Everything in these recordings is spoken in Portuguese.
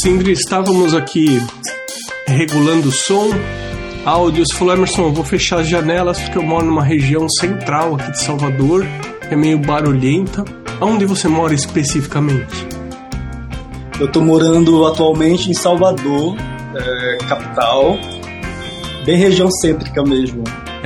Sindri, estávamos aqui regulando o som, áudios. Falou, Emerson, eu vou fechar as janelas porque eu moro numa região central aqui de Salvador, é meio barulhenta. Aonde você mora especificamente? Eu estou morando atualmente em Salvador, capital, bem região cêntrica mesmo.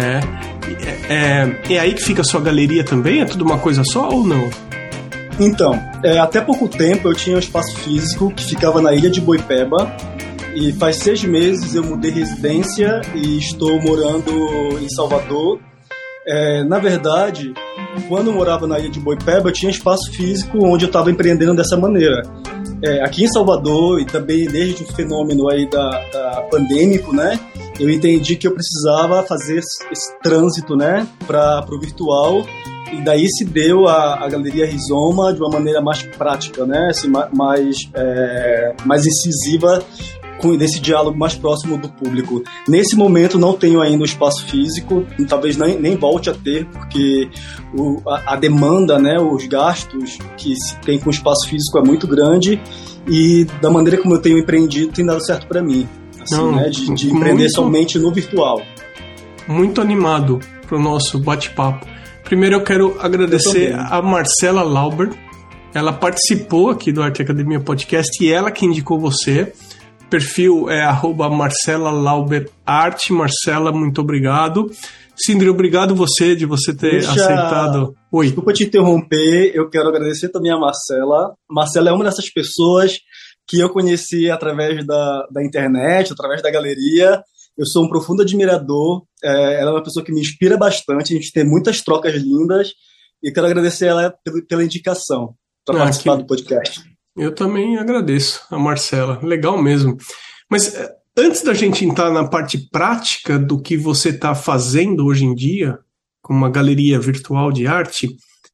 É aí que fica a sua galeria também? É tudo uma coisa só ou não? Então, até pouco tempo eu tinha um espaço físico que ficava na ilha de Boipeba e faz 6 meses eu mudei residência e estou morando em Salvador. Na verdade, quando eu morava na ilha de Boipeba eu tinha espaço físico onde eu estava empreendendo dessa maneira. Aqui em Salvador, e também desde o fenômeno aí da pandêmico, né, eu entendi que eu precisava fazer esse trânsito, né, para o virtual, e daí se deu a Galeria Rizoma de uma maneira mais prática, né, assim, mais incisiva, com esse diálogo mais próximo do público. Nesse momento não tenho ainda o espaço físico, talvez nem volte a ter, porque a demanda, né, os gastos que se tem com o espaço físico é muito grande, e da maneira como eu tenho empreendido tem dado certo para mim, assim, né, de empreender somente no virtual. Muito animado para o nosso bate-papo. Primeiro eu quero agradecer a Marcela Lauber. Ela participou aqui do Arte Academia Podcast e ela que indicou você. O perfil é @MarcelaLauberArte. Marcela, muito obrigado. Sindri, obrigado de você ter aceitado. Oi. Desculpa te interromper, eu quero agradecer também a Marcela. Marcela é uma dessas pessoas que eu conheci através da internet, através da galeria. Eu sou um profundo admirador, ela é uma pessoa que me inspira bastante, a gente tem muitas trocas lindas, e quero agradecer ela pela indicação para participar do podcast. Eu também agradeço a Marcela, legal mesmo. Mas antes da gente entrar na parte prática do que você está fazendo hoje em dia, com uma galeria virtual de arte,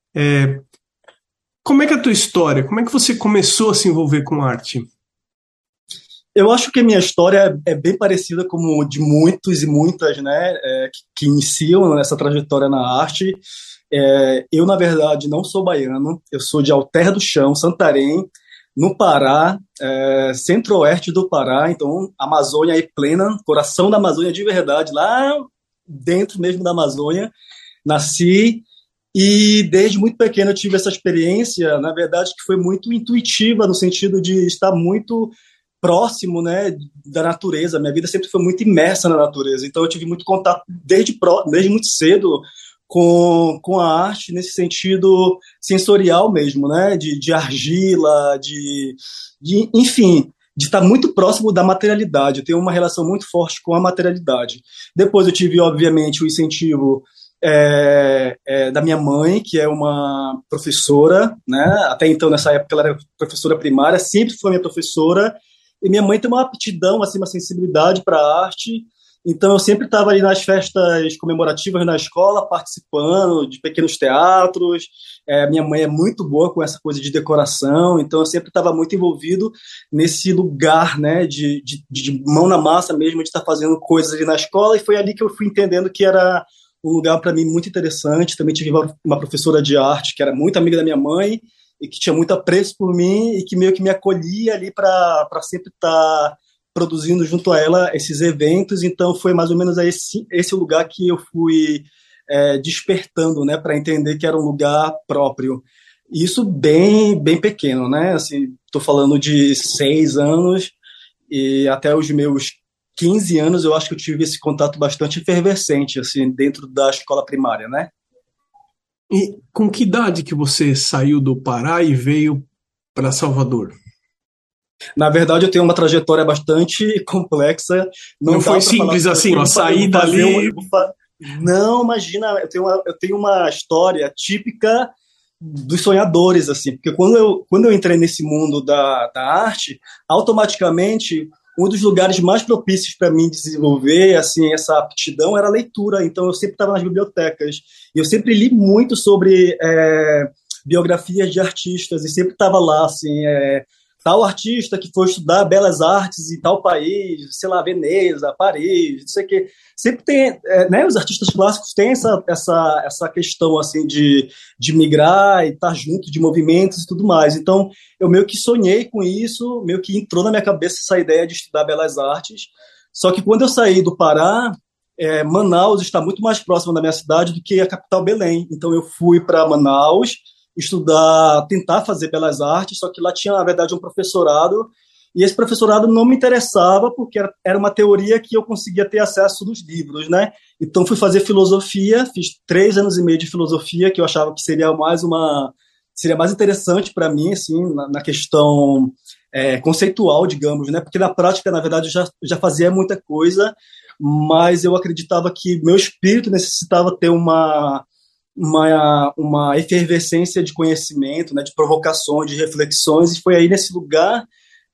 como é que é a tua história? Como é que você começou a se envolver com arte? Eu acho que a minha história é bem parecida com de muitos e muitas, né, que iniciam nessa trajetória na arte. Eu, na verdade, não sou baiano, eu sou de Alter do Chão, Santarém, no Pará, centro-oeste do Pará, então Amazônia aí plena, coração da Amazônia de verdade, lá dentro mesmo da Amazônia, nasci e desde muito pequeno eu tive essa experiência, na verdade, que foi muito intuitiva, no sentido de estar muito próximo, né, da natureza. Minha vida sempre foi muito imersa na natureza, então eu tive muito contato desde muito cedo com a arte nesse sentido sensorial mesmo, né, de argila, enfim, de estar muito próximo da materialidade. Eu tenho uma relação muito forte com a materialidade. Depois eu tive, obviamente, o incentivo da minha mãe, que é uma professora, né, até então, nessa época, ela era professora primária, sempre foi minha professora. E minha mãe tem uma aptidão, assim, uma sensibilidade para a arte, então eu sempre estava ali nas festas comemorativas na escola, participando de pequenos teatros. Minha mãe é muito boa com essa coisa de decoração, então eu sempre estava muito envolvido nesse lugar, né, de mão na massa mesmo, de estar fazendo coisas ali na escola, e foi ali que eu fui entendendo que era um lugar para mim muito interessante. Também tive uma professora de arte que era muito amiga da minha mãe, e que tinha muito apreço por mim e que meio que me acolhia ali para sempre estar produzindo junto a ela esses eventos. Então foi mais ou menos esse lugar que eu fui despertando, né, para entender que era um lugar próprio. Isso bem, bem pequeno, né? Assim, estou falando de 6 anos e até os meus 15 anos eu acho que eu tive esse contato bastante efervescente, assim, dentro da escola primária, né? E com que idade que você saiu do Pará e veio para Salvador? Na verdade, eu tenho uma trajetória bastante complexa. Não foi simples assim, ó, sair dali... Não, imagina, eu tenho uma história típica dos sonhadores, assim, porque quando eu entrei nesse mundo da arte, automaticamente um dos lugares mais propícios para mim desenvolver, assim, essa aptidão era a leitura. Então eu sempre estava nas bibliotecas e eu sempre li muito sobre biografias de artistas e sempre estava lá, assim, tal artista que foi estudar belas artes em tal país, sei lá, Veneza, Paris, não sei o quê. Sempre tem, né, os artistas clássicos têm essa questão assim de migrar e estar junto de movimentos e tudo mais. Então, eu meio que sonhei com isso, meio que entrou na minha cabeça essa ideia de estudar belas artes. Só que quando eu saí do Pará, Manaus está muito mais próximo da minha cidade do que a capital Belém. Então, eu fui para Manaus estudar, tentar fazer belas artes, só que lá tinha, na verdade, um professorado, e esse professorado não me interessava, porque era uma teoria que eu conseguia ter acesso dos livros, né? Então fui fazer filosofia, fiz 3 anos e meio de filosofia, que eu achava que seria mais interessante para mim, assim, na questão conceitual, digamos, né? Porque na prática, na verdade, eu já fazia muita coisa, mas eu acreditava que meu espírito necessitava ter uma efervescência de conhecimento, né, de provocações, de reflexões, e foi aí nesse lugar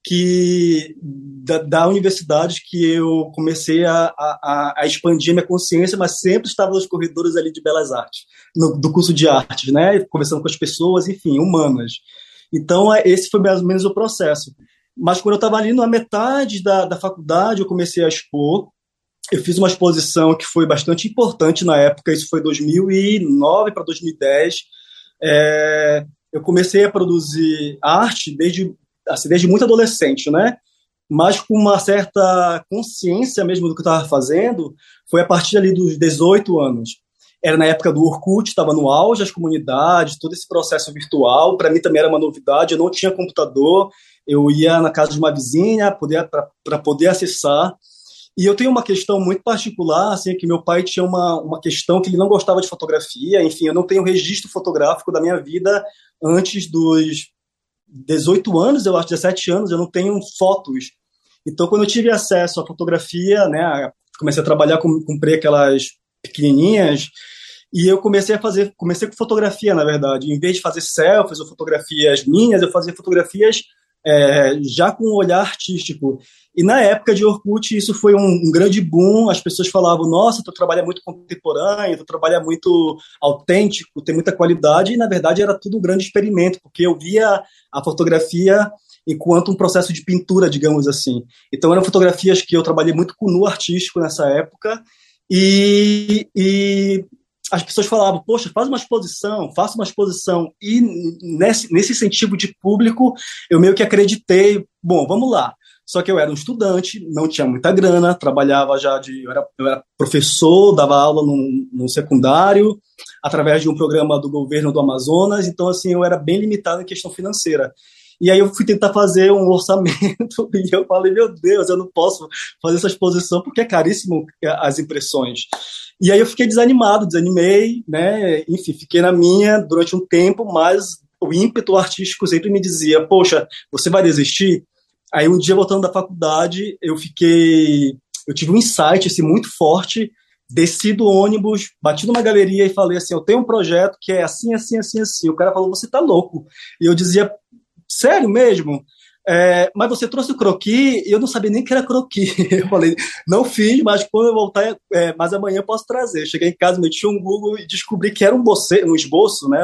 da universidade que eu comecei a expandir minha consciência, mas sempre estava nos corredores ali de belas artes, do curso de artes, né, conversando com as pessoas, enfim, humanas. Então, esse foi mais ou menos o processo. Mas quando eu estava ali na metade da faculdade, eu comecei a expor. Eu fiz uma exposição que foi bastante importante na época, isso foi 2009 para 2010. Eu comecei a produzir arte desde muito adolescente, né? Mas com uma certa consciência mesmo do que eu estava fazendo, foi a partir ali dos 18 anos. Era na época do Orkut, estava no auge das comunidades, todo esse processo virtual. Para mim também era uma novidade, eu não tinha computador, eu ia na casa de uma vizinha para poder acessar. E eu tenho uma questão muito particular, assim, que meu pai tinha uma questão que ele não gostava de fotografia. Enfim, eu não tenho registro fotográfico da minha vida antes dos 18 anos, eu acho, 17 anos, eu não tenho fotos. Então, quando eu tive acesso à fotografia, né, comecei a trabalhar, comprei aquelas pequenininhas, e eu comecei com fotografia, na verdade. Em vez de fazer selfies ou fotografias minhas, eu fazia fotografias já com um olhar artístico. E na época de Orkut isso foi um grande boom, as pessoas falavam, nossa, tu trabalha muito contemporâneo, tu trabalha muito autêntico, tem muita qualidade, e na verdade era tudo um grande experimento, porque eu via a fotografia enquanto um processo de pintura, digamos assim. Então eram fotografias que eu trabalhei muito com nu artístico nessa época, e as pessoas falavam, poxa, faça uma exposição. E nesse incentivo de público, eu meio que acreditei, bom, vamos lá. Só que eu era um estudante, não tinha muita grana, trabalhava eu era professor, dava aula no secundário, através de um programa do governo do Amazonas, então, assim, eu era bem limitado em questão financeira. E aí eu fui tentar fazer um orçamento e eu falei, meu Deus, eu não posso fazer essa exposição porque é caríssimo as impressões. E aí eu fiquei desanimei, né? Enfim, fiquei na minha durante um tempo, mas o ímpeto artístico sempre me dizia, poxa, você vai desistir? Aí um dia, voltando da faculdade, eu tive um insight assim, muito forte, desci do ônibus, bati numa galeria e falei assim, eu tenho um projeto que é assim, assim, assim, assim. O cara falou, você tá louco. E eu dizia, sério mesmo? Mas você trouxe o croquis e eu não sabia nem que era croquis. Eu falei, não fiz, mas quando eu voltar, mas amanhã eu posso trazer. Cheguei em casa, meti um Google e descobri que era um esboço, né?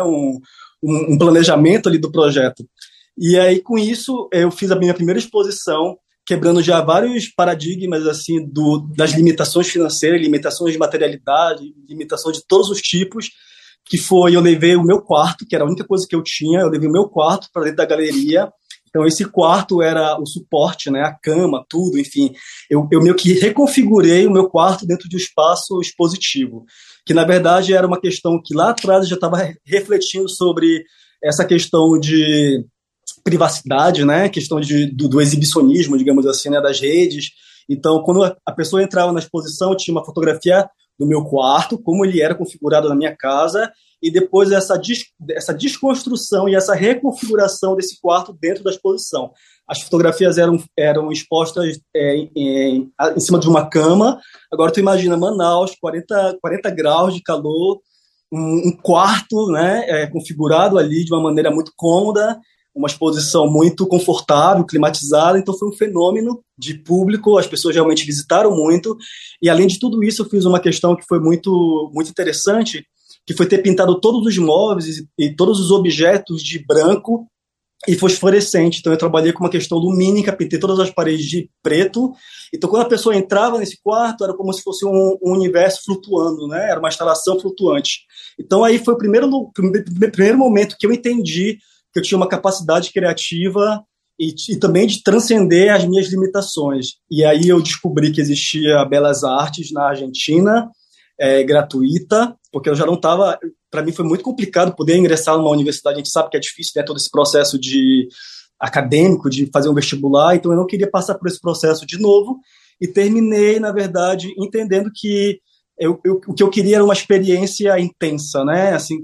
Um planejamento ali do projeto. E aí, com isso, eu fiz a minha primeira exposição, quebrando já vários paradigmas assim das limitações financeiras, limitações de materialidade, limitações de todos os tipos, eu levei o meu quarto, que era a única coisa que eu tinha, eu levei o meu quarto para dentro da galeria. Então, esse quarto era o suporte, né, a cama, tudo, enfim. Eu meio que reconfigurei o meu quarto dentro de um espaço expositivo, que, na verdade, era uma questão que lá atrás eu já estava refletindo sobre essa questão de privacidade, né, questão do exibicionismo, digamos assim, né, das redes. Então, quando a pessoa entrava na exposição, tinha uma fotografia do meu quarto, como ele era configurado na minha casa, e depois essa desconstrução e essa reconfiguração desse quarto dentro da exposição. As fotografias eram expostas em cima de uma cama. Agora tu imagina Manaus, 40 graus de calor, um quarto, né, configurado ali de uma maneira muito cômoda, uma exposição muito confortável, climatizada. Então foi um fenômeno de público, as pessoas realmente visitaram muito, e além de tudo isso eu fiz uma questão que foi muito, muito interessante, que foi ter pintado todos os móveis e todos os objetos de branco, e fosforescente. Então eu trabalhei com uma questão lumínica, pintei todas as paredes de preto. Então quando a pessoa entrava nesse quarto, era como se fosse um universo flutuando, né? Era uma instalação flutuante. Então aí foi o primeiro momento que eu entendi que eu tinha uma capacidade criativa e também de transcender as minhas limitações. E aí eu descobri que existia Belas Artes na Argentina, gratuita, porque eu já não estava. Para mim foi muito complicado poder ingressar numa universidade. A gente sabe que é difícil, né, todo esse processo de acadêmico, de fazer um vestibular, então eu não queria passar por esse processo de novo, e terminei, na verdade, entendendo que o que eu queria era uma experiência intensa, né, assim,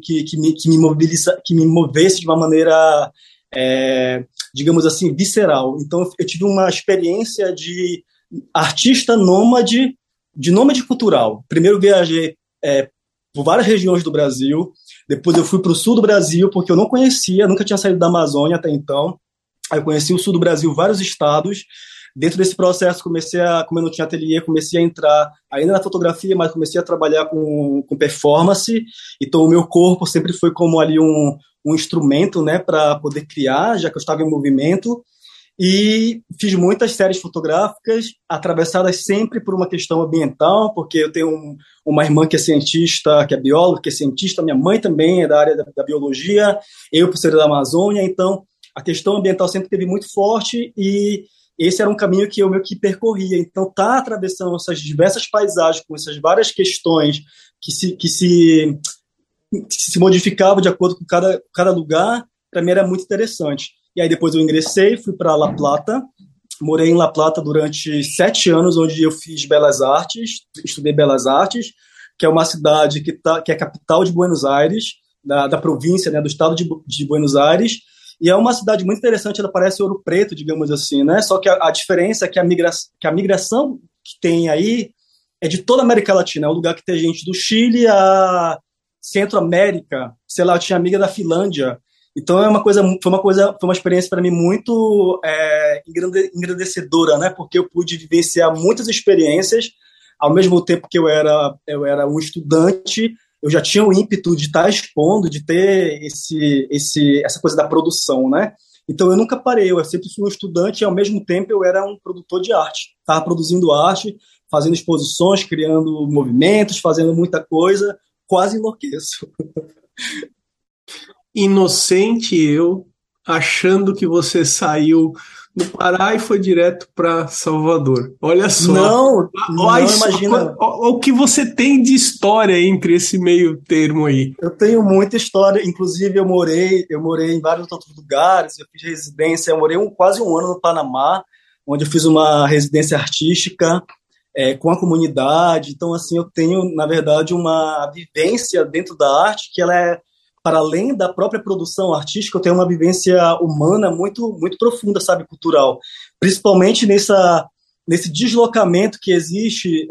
que me movesse de uma maneira, digamos assim, visceral. Então eu tive uma experiência de artista nômade, de nômade cultural. Primeiro viajei por várias regiões do Brasil, depois eu fui para o sul do Brasil, porque eu não conhecia, nunca tinha saído da Amazônia até então. Aí eu conheci o sul do Brasil, vários estados. Dentro desse processo, como eu não tinha ateliê, comecei a entrar ainda na fotografia, mas comecei a trabalhar com performance. Então o meu corpo sempre foi como ali um instrumento, né, para poder criar, já que eu estava em movimento. E fiz muitas séries fotográficas, atravessadas sempre por uma questão ambiental, porque eu tenho uma irmã que é cientista, que é bióloga, que é cientista, minha mãe também é da área da biologia, eu por ser da Amazônia, então a questão ambiental sempre esteve muito forte e esse era um caminho que eu meio que percorria. Então, tá atravessando essas diversas paisagens, com essas várias questões que se modificavam de acordo com cada lugar, para mim era muito interessante. E aí depois eu ingressei, fui para La Plata, morei em La Plata durante 7 anos, onde eu fiz Belas Artes, estudei Belas Artes, que é uma cidade que é a capital de Buenos Aires, da província, né, do estado de Buenos Aires, e é uma cidade muito interessante, ela parece Ouro Preto, digamos assim, né? Só que a diferença é que a migração que tem aí é de toda a América Latina, é um lugar que tem gente do Chile a Centro-América, sei lá, eu tinha amiga da Finlândia. Então foi uma experiência para mim muito engrandecedora, né? Porque eu pude vivenciar muitas experiências ao mesmo tempo que eu era um estudante. Eu já tinha o ímpeto de estar expondo, de ter essa coisa da produção, né? Então eu nunca parei, eu sempre fui um estudante e ao mesmo tempo eu era um produtor de arte. Estava produzindo arte, fazendo exposições, criando movimentos, fazendo muita coisa, quase enlouqueço. Inocente eu, achando que você saiu do Pará e foi direto para Salvador. Olha só. Não, imagina. O que você tem de história entre esse meio termo aí. Eu tenho muita história, inclusive eu morei em vários outros lugares, eu fiz residência, eu morei quase um ano no Panamá, onde eu fiz uma residência artística com a comunidade. Então, assim, eu tenho, na verdade, uma vivência dentro da arte que ela é, para além da própria produção artística, eu tenho uma vivência humana muito, muito profunda, sabe, cultural. Principalmente nesse deslocamento que existe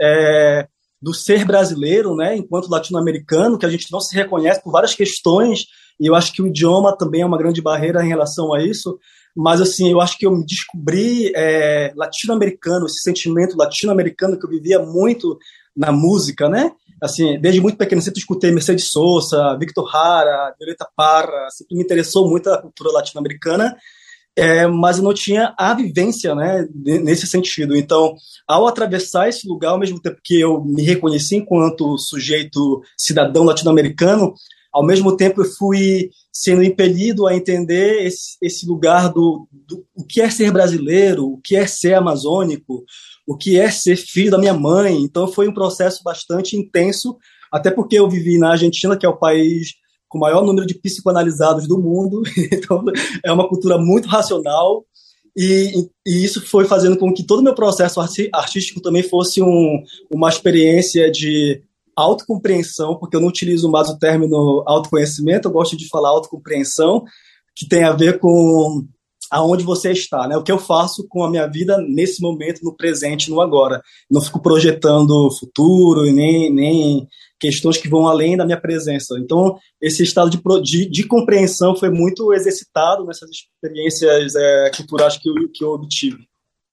do ser brasileiro, né, enquanto latino-americano, que a gente não se reconhece por várias questões, e eu acho que o idioma também é uma grande barreira em relação a isso, mas, assim, eu acho que eu me descobri latino-americano, esse sentimento latino-americano que eu vivia muito na música, né? Assim, desde muito pequeno sempre escutei Mercedes Sosa, Victor Jara, Violeta Parra, sempre me interessou muito a cultura latino-americana, mas eu não tinha a vivência, né, nesse sentido. Então, ao atravessar esse lugar, ao mesmo tempo que eu me reconheci enquanto sujeito cidadão latino-americano, ao mesmo tempo eu fui sendo impelido a entender esse lugar do o que é ser brasileiro, o que é ser amazônico, o que é ser filho da minha mãe. Então foi um processo bastante intenso, até porque eu vivi na Argentina, que é o país com o maior número de psicoanalisados do mundo, então é uma cultura muito racional, e isso foi fazendo com que todo o meu processo artístico também fosse uma experiência de autocompreensão, porque eu não utilizo mais o término autoconhecimento, eu gosto de falar autocompreensão, que tem a ver com aonde você está, né? O que eu faço com a minha vida nesse momento, no presente, no agora. Não fico projetando o futuro e nem questões que vão além da minha presença. Então, esse estado de compreensão foi muito exercitado nessas experiências culturais que eu obtive.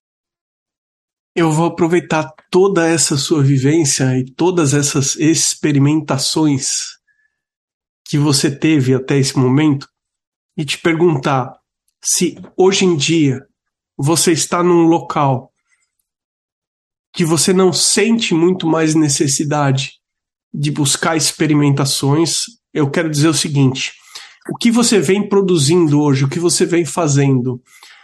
Eu vou aproveitar toda essa sua vivência e todas essas experimentações que você teve até esse momento e te perguntar se hoje em dia você está num local que você não sente muito mais necessidade de buscar experimentações, eu quero dizer o seguinte: o que você vem produzindo hoje, o que você vem fazendo,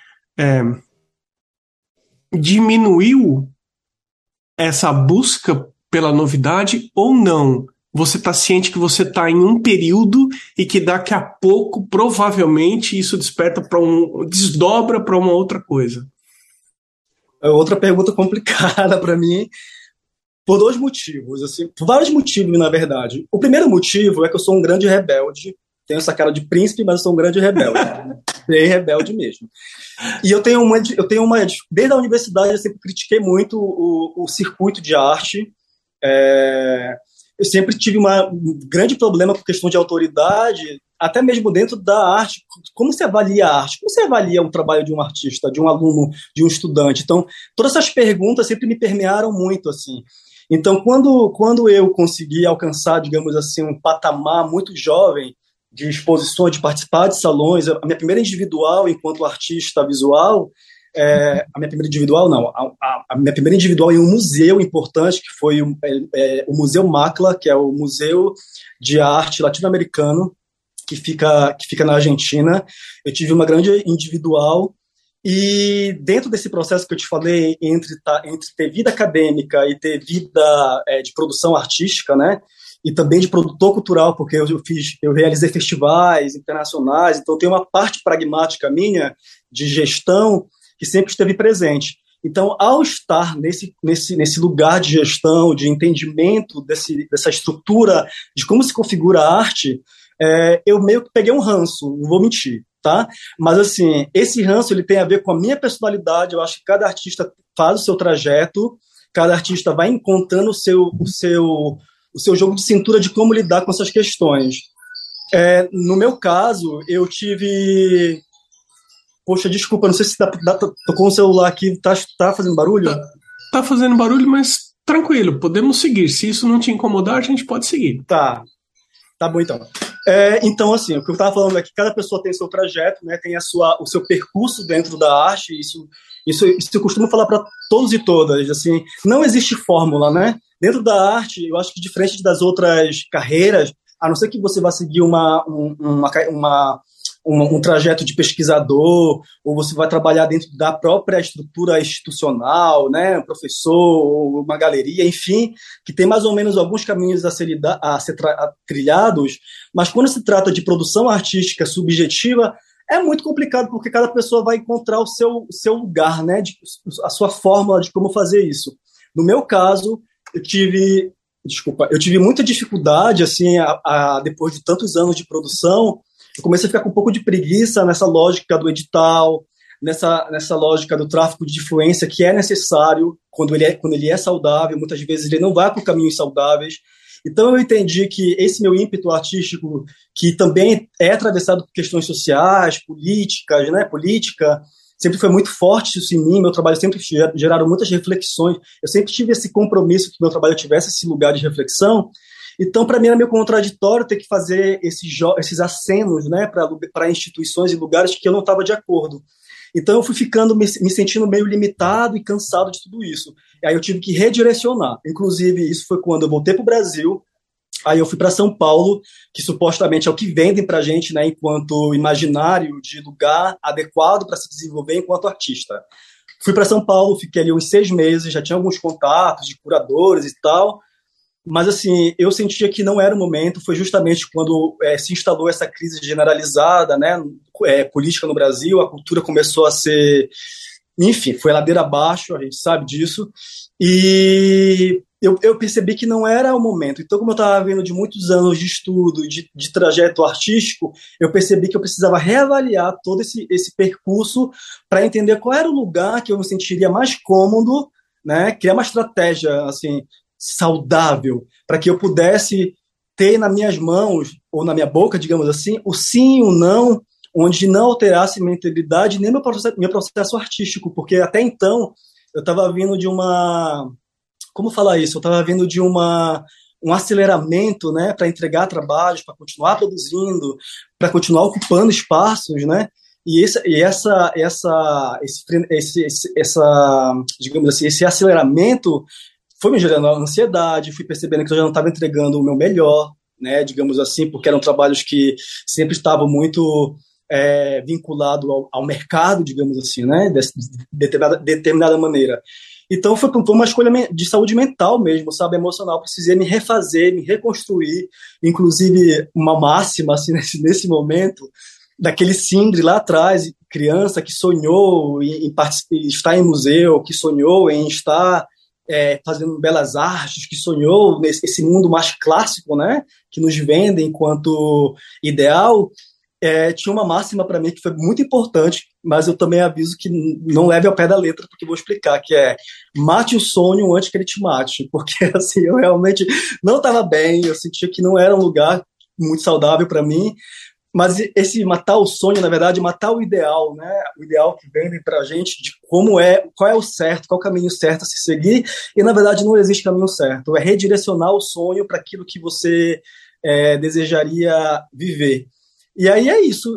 diminuiu essa busca pela novidade ou não? Você está ciente que você está em um período e que daqui a pouco, provavelmente, isso desdobra para uma outra coisa? É outra pergunta complicada para mim, por dois motivos, assim, por vários motivos, na verdade. O primeiro motivo é que eu sou um grande rebelde, tenho essa cara de príncipe, mas eu sou um grande rebelde, bem rebelde mesmo. E eu tenho uma, desde a universidade eu sempre critiquei muito o circuito de arte. Eu sempre tive um grande problema com questão de autoridade, até mesmo dentro da arte. Como se avalia a arte? Como se avalia o trabalho de um artista, de um aluno, de um estudante? Então, todas essas perguntas sempre me permearam muito, assim. Então, quando eu consegui alcançar, digamos assim, um patamar muito jovem de exposições, de participar de salões, a minha primeira individual enquanto artista visual, a minha primeira individual não, a minha primeira individual em um museu importante, que foi o Museu Macla, que é o Museu de Arte Latino-Americano, que fica na Argentina. Eu tive uma grande individual, e dentro desse processo que eu te falei, entre ter vida acadêmica e ter vida de produção artística, né, e também de produtor cultural, porque eu realizei festivais internacionais, então tem uma parte pragmática minha de gestão que sempre esteve presente. Então, ao estar nesse lugar de gestão, de entendimento dessa estrutura de como se configura a arte, eu meio que peguei um ranço, não vou mentir, tá? Mas, assim, esse ranço ele tem a ver com a minha personalidade. Eu acho que cada artista faz o seu trajeto, cada artista vai encontrando o seu jogo de cintura de como lidar com essas questões. No meu caso, eu tive... Poxa, desculpa, não sei se tocou um celular aqui, tá fazendo barulho? Tá fazendo barulho, mas tranquilo, podemos seguir. Se isso não te incomodar, a gente pode seguir. Tá bom então. Então, assim, o que eu estava falando é que cada pessoa tem seu trajeto, né, tem o seu percurso dentro da arte. Isso eu costumo falar para todos e todas, assim, não existe fórmula, né? Dentro da arte, eu acho que diferente das outras carreiras, a não ser que você vá seguir um trajeto de pesquisador, ou você vai trabalhar dentro da própria estrutura institucional, né, um professor, ou uma galeria, enfim, que tem mais ou menos alguns caminhos a ser trilhados, mas quando se trata de produção artística subjetiva, é muito complicado, porque cada pessoa vai encontrar o seu lugar, né, a sua fórmula de como fazer isso. No meu caso, eu tive muita dificuldade, assim, depois de tantos anos de produção. Eu comecei a ficar com um pouco de preguiça nessa lógica do edital, nessa lógica do tráfico de influência, que é necessário quando ele é saudável. Muitas vezes ele não vai por caminhos saudáveis. Então eu entendi que esse meu ímpeto artístico, que também é atravessado por questões sociais, políticas, né, política, sempre foi muito forte isso em mim. Meu trabalho sempre geraram muitas reflexões. Eu sempre tive esse compromisso que meu trabalho tivesse esse lugar de reflexão. Então, para mim, era meio contraditório ter que fazer esses acenos, né, para instituições e lugares que eu não estava de acordo. Então, eu fui ficando, me sentindo meio limitado e cansado de tudo isso. E aí eu tive que redirecionar. Inclusive, isso foi quando eu voltei para o Brasil. Aí eu fui para São Paulo, que supostamente é o que vendem para a gente, né, enquanto imaginário de lugar adequado para se desenvolver enquanto artista. Fui para São Paulo, fiquei ali uns 6 meses, já tinha alguns contatos de curadores e tal. Mas, assim, eu sentia que não era o momento. Foi justamente quando se instalou essa crise generalizada, né, política no Brasil, a cultura começou a ser... Enfim, foi ladeira abaixo, a gente sabe disso. E eu percebi que não era o momento. Então, como eu estava vindo de muitos anos de estudo, de trajeto artístico, eu percebi que eu precisava reavaliar todo esse percurso para entender qual era o lugar que eu me sentiria mais cômodo, né, criar uma estratégia, assim, saudável, para que eu pudesse ter nas minhas mãos, ou na minha boca, digamos assim, o sim e o não, onde não alterasse minha integridade nem meu processo artístico, porque até então eu estava vindo de uma... Como falar isso? Eu estava vindo de um aceleramento, né, para entregar trabalhos, para continuar produzindo, para continuar ocupando espaços, né? Digamos assim, esse aceleramento foi me gerando ansiedade, fui percebendo que eu já não estava entregando o meu melhor, né, digamos assim, porque eram trabalhos que sempre estavam muito vinculados ao mercado, digamos assim, né, de determinada maneira. Então foi uma escolha de saúde mental mesmo, sabe, emocional. Precisei me refazer, me reconstruir, inclusive uma máxima assim, nesse momento, daquele Sindri lá atrás, criança que sonhou em estar em museu, que sonhou em estar fazendo belas artes, que sonhou nesse mundo mais clássico, né, que nos vendem enquanto ideal. Tinha uma máxima para mim que foi muito importante, mas eu também aviso que não leve ao pé da letra, porque vou explicar, que é: mate o sonho antes que ele te mate, porque assim, eu realmente não estava bem, eu sentia que não era um lugar muito saudável para mim, mas esse matar o sonho, na verdade, matar o ideal, né? O ideal que vem para a gente de qual é o certo, qual é o caminho certo a se seguir, e na verdade não existe caminho certo, é redirecionar o sonho para aquilo que você desejaria viver. E aí é isso,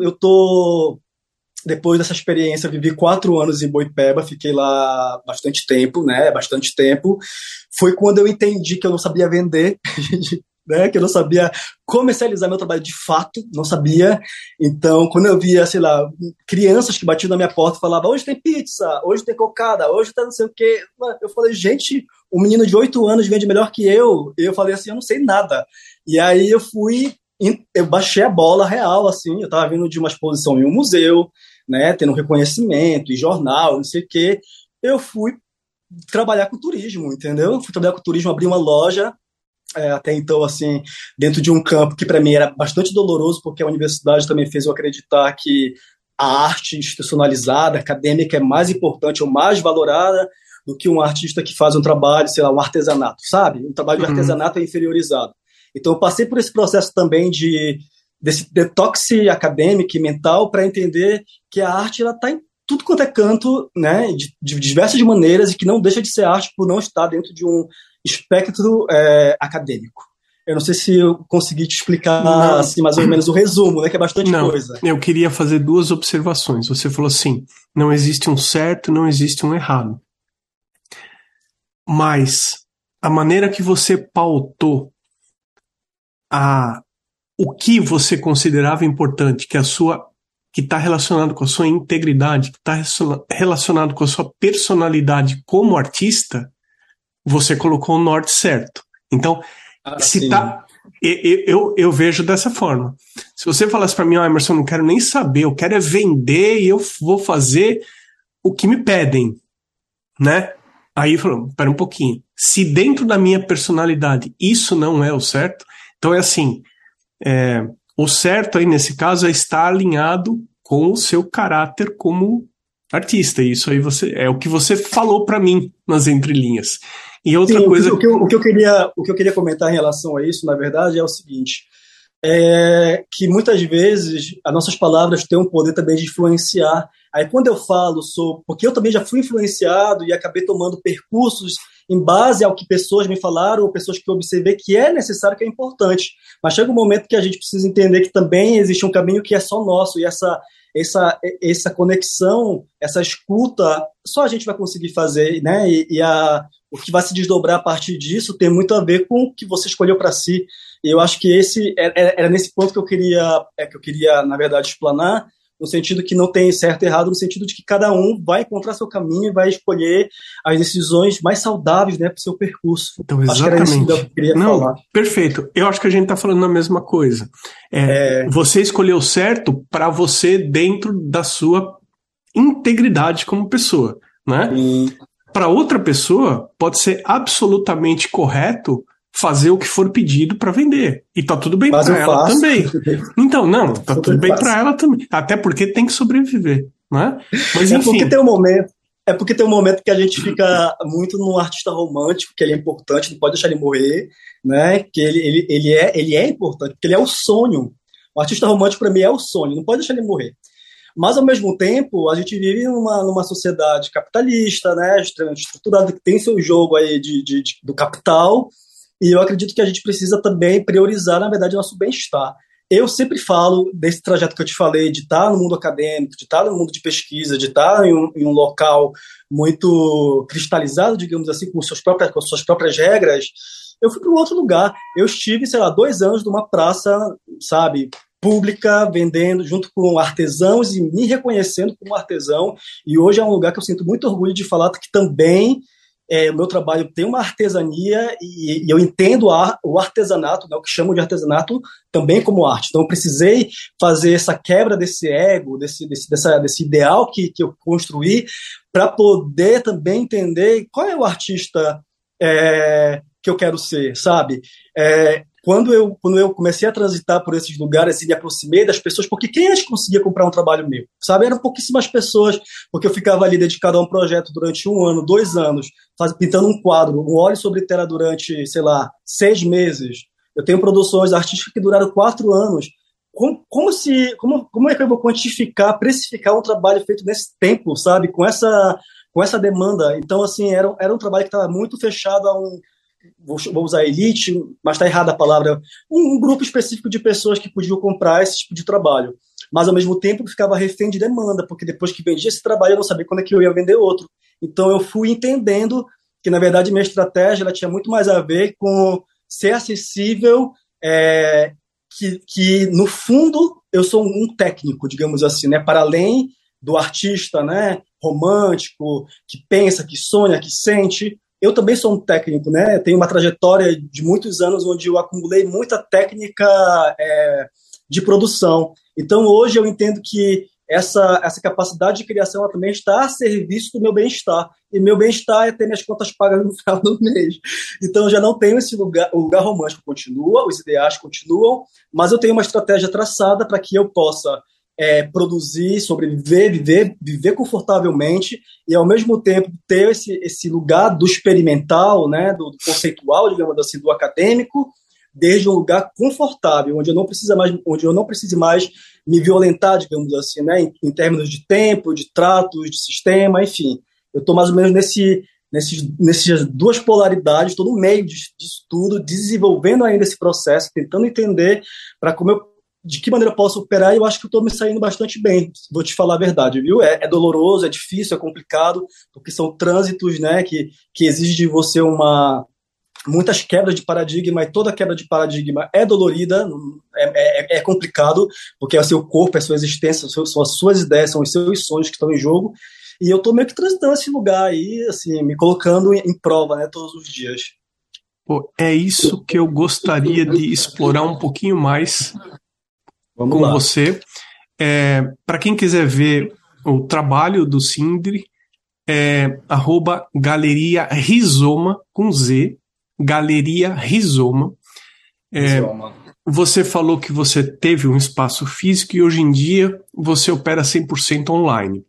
depois dessa experiência, vivi 4 anos em Boipeba, fiquei lá bastante tempo, né, bastante tempo. Foi quando eu entendi que eu não sabia vender, né, que eu não sabia comercializar meu trabalho de fato, não sabia. Então, quando eu via, sei lá, crianças que batiam na minha porta e falavam: hoje tem pizza, hoje tem cocada, hoje tá não sei o quê. Eu falei: gente, um menino de 8 anos vende melhor que eu. E eu falei assim: eu não sei nada. E aí eu baixei a bola real, assim, eu estava vindo de uma exposição em um museu, né, tendo reconhecimento, em jornal, não sei o quê. Eu fui trabalhar com turismo, entendeu? Fui trabalhar com turismo, abri uma loja, até então, assim, dentro de um campo que para mim era bastante doloroso, porque a universidade também fez eu acreditar que a arte institucionalizada, acadêmica, é mais importante ou mais valorada do que um artista que faz um trabalho, sei lá, um artesanato, sabe? Um trabalho de artesanato é inferiorizado. Então, eu passei por esse processo também desse detox acadêmico e mental para entender que a arte está em tudo quanto é canto, né, de diversas maneiras, e que não deixa de ser arte por não estar dentro de um espectro acadêmico. Eu não sei se eu consegui te explicar assim, mais ou menos o resumo, né, que é bastante coisa. Eu queria fazer 2 observações. Você falou assim: não existe um certo, não existe um errado. Mas a maneira que você pautou o que você considerava importante, que está relacionado com a sua integridade, que está relacionado com a sua personalidade como artista, você colocou o norte certo. Então, eu vejo dessa forma. Se você falasse para mim: Emerson, eu não quero nem saber, eu quero vender e eu vou fazer o que me pedem, né? Aí falou: pera um pouquinho, se dentro da minha personalidade isso não é o certo, então é assim, o certo aí nesse caso é estar alinhado com o seu caráter como artista. Isso aí é o que você falou para mim nas entrelinhas. E outra coisa... O que eu queria comentar em relação a isso, na verdade, é o seguinte: que muitas vezes as nossas palavras têm um poder também de influenciar. Aí quando eu falo porque eu também já fui influenciado e acabei tomando percursos em base ao que pessoas me falaram ou pessoas que eu observei que é necessário, que é importante. Mas chega um momento que a gente precisa entender que também existe um caminho que é só nosso, e essa conexão, essa escuta, só a gente vai conseguir fazer, né? O que vai se desdobrar a partir disso tem muito a ver com o que você escolheu para si. E eu acho que esse era nesse ponto que eu queria, na verdade, explanar, no sentido que não tem certo e errado, no sentido de que cada um vai encontrar seu caminho e vai escolher as decisões mais saudáveis, né, para o seu percurso. Então, exatamente. Acho que era isso que eu queria falar. Perfeito. Eu acho que a gente está falando a mesma coisa. Você escolheu certo para você dentro da sua integridade como pessoa, né? Para outra pessoa, pode ser absolutamente correto fazer o que for pedido para vender. E tá tudo bem para ela também. Então, não, tá tudo bem para ela também. Até porque tem que sobreviver, né? Mas enfim. É porque tem um momento que a gente fica muito num artista romântico, que ele é importante, não pode deixar ele morrer, né? Que ele é importante, porque ele é o sonho. O artista romântico, para mim, é o sonho, não pode deixar ele morrer. Mas, ao mesmo tempo, a gente vive numa sociedade capitalista, né, extremamente estruturada, que tem seu jogo aí do capital, e eu acredito que a gente precisa também priorizar, na verdade, o nosso bem-estar. eu sempre falo desse trajeto que eu te falei, de estar no mundo acadêmico, de estar no mundo de pesquisa, de estar em um local muito cristalizado, digamos assim, com com suas próprias regras. Eu fui para um outro lugar. Eu estive, sei lá, 2 anos numa praça, sabe, pública, vendendo junto com artesãos e me reconhecendo como artesão. E hoje é um lugar que eu sinto muito orgulho de falar que também o meu trabalho tem uma artesania e eu entendo o artesanato, né, o que chamam de artesanato, também como arte. Então, eu precisei fazer essa quebra desse ego, desse ideal que eu construí, para poder também entender qual é o artista que eu quero ser, sabe? Quando eu comecei a transitar por esses lugares e me aproximei das pessoas, porque quem antes conseguia comprar um trabalho meu? Sabe? Eram pouquíssimas pessoas, porque eu ficava ali dedicado a um projeto durante 1 ano, 2 anos, pintando um quadro, um óleo sobre tela durante, sei lá, 6 meses. Eu tenho produções artísticas que duraram 4 anos. Como é que eu vou quantificar, precificar um trabalho feito nesse tempo, sabe? Com essa demanda. Então, assim, era um trabalho que estava muito fechado a vou usar elite, mas está errada a palavra, um grupo específico de pessoas que podiam comprar esse tipo de trabalho. Mas, ao mesmo tempo, eu ficava refém de demanda, porque depois que vendia esse trabalho, eu não sabia quando é que eu ia vender outro. Então, eu fui entendendo que, na verdade, minha estratégia ela tinha muito mais a ver com ser acessível, que no fundo, eu sou um técnico, digamos assim, né, para além do artista, né, romântico, que pensa, que sonha, que sente. Eu também sou um técnico, né? Tenho uma trajetória de muitos anos onde eu acumulei muita técnica de produção. Então, hoje eu entendo que essa capacidade de criação ela também está a serviço do meu bem-estar. E meu bem-estar é ter minhas contas pagas no final do mês. Então, eu já não tenho esse lugar. O lugar romântico continua, os ideais continuam, mas eu tenho uma estratégia traçada para que eu possa produzir, sobreviver, viver confortavelmente e, ao mesmo tempo, ter esse lugar do experimental, né, do conceitual, digamos assim, do acadêmico, desde um lugar confortável, onde eu não precise mais me violentar, digamos assim, né, em termos de tempo, de tratos, de sistema, enfim. Eu estou mais ou menos nessas duas polaridades, estou no meio disso tudo, desenvolvendo ainda esse processo, tentando entender de que maneira eu posso operar, e eu acho que eu estou me saindo bastante bem, vou te falar a verdade, viu? É doloroso, é difícil, é complicado, porque são trânsitos, né, que exigem de você muitas quebras de paradigma, e toda quebra de paradigma é dolorida, é complicado, porque é o seu corpo, é a sua existência, são as suas ideias, são os seus sonhos que estão em jogo, e eu estou meio que transitando esse lugar aí, assim, me colocando em prova, né, todos os dias. Pô, é isso que eu gostaria de explorar um pouquinho mais com você. Para quem quiser ver o trabalho do Sindri, @Galeria Rizoma, com Z, Galeria Rizoma. Você falou que você teve um espaço físico e hoje em dia você opera 100% online.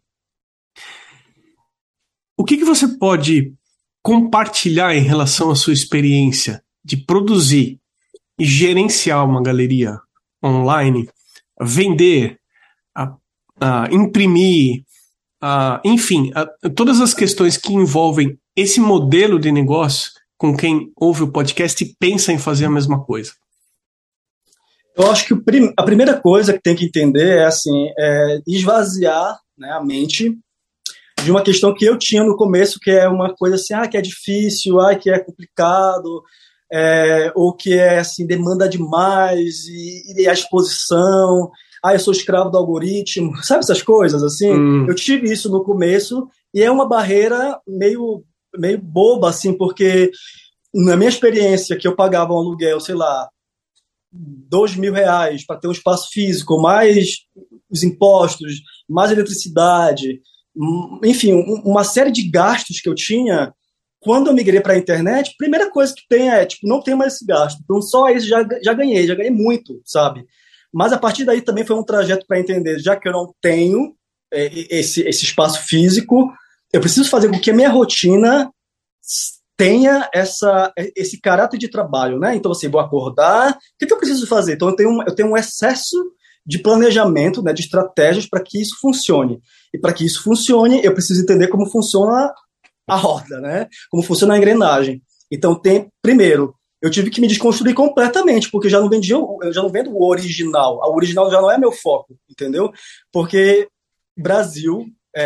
O que você pode compartilhar em relação à sua experiência de produzir e gerenciar uma galeria online, vender, imprimir, enfim, todas as questões que envolvem esse modelo de negócio com quem ouve o podcast e pensa em fazer a mesma coisa? Eu acho que a primeira coisa que tem que entender é esvaziar, né, a mente de uma questão que eu tinha no começo, que é uma coisa assim, que é difícil, que é complicado, ou que assim, demanda demais, e a exposição, eu sou escravo do algoritmo, sabe essas coisas assim? Eu tive isso no começo, e é uma barreira meio boba, assim, porque na minha experiência, que eu pagava um aluguel, sei lá, R$2.000 para ter um espaço físico, mais os impostos, mais eletricidade, enfim, uma série de gastos que eu tinha. Quando eu migrei para a internet, a primeira coisa que tem não tem mais esse gasto. Então, só isso já ganhei muito, sabe? Mas a partir daí também foi um trajeto para entender, já que eu não tenho esse espaço físico, eu preciso fazer com que a minha rotina tenha esse caráter de trabalho, né? Então, assim, vou acordar, o que eu preciso fazer? Então, eu tenho um excesso de planejamento, né, de estratégias para que isso funcione. E para que isso funcione, eu preciso entender como funciona a roda, né? Como funciona a engrenagem. Então, primeiro, eu tive que me desconstruir completamente, porque eu já não vendo o original. O original já não é meu foco, entendeu? Porque Brasil,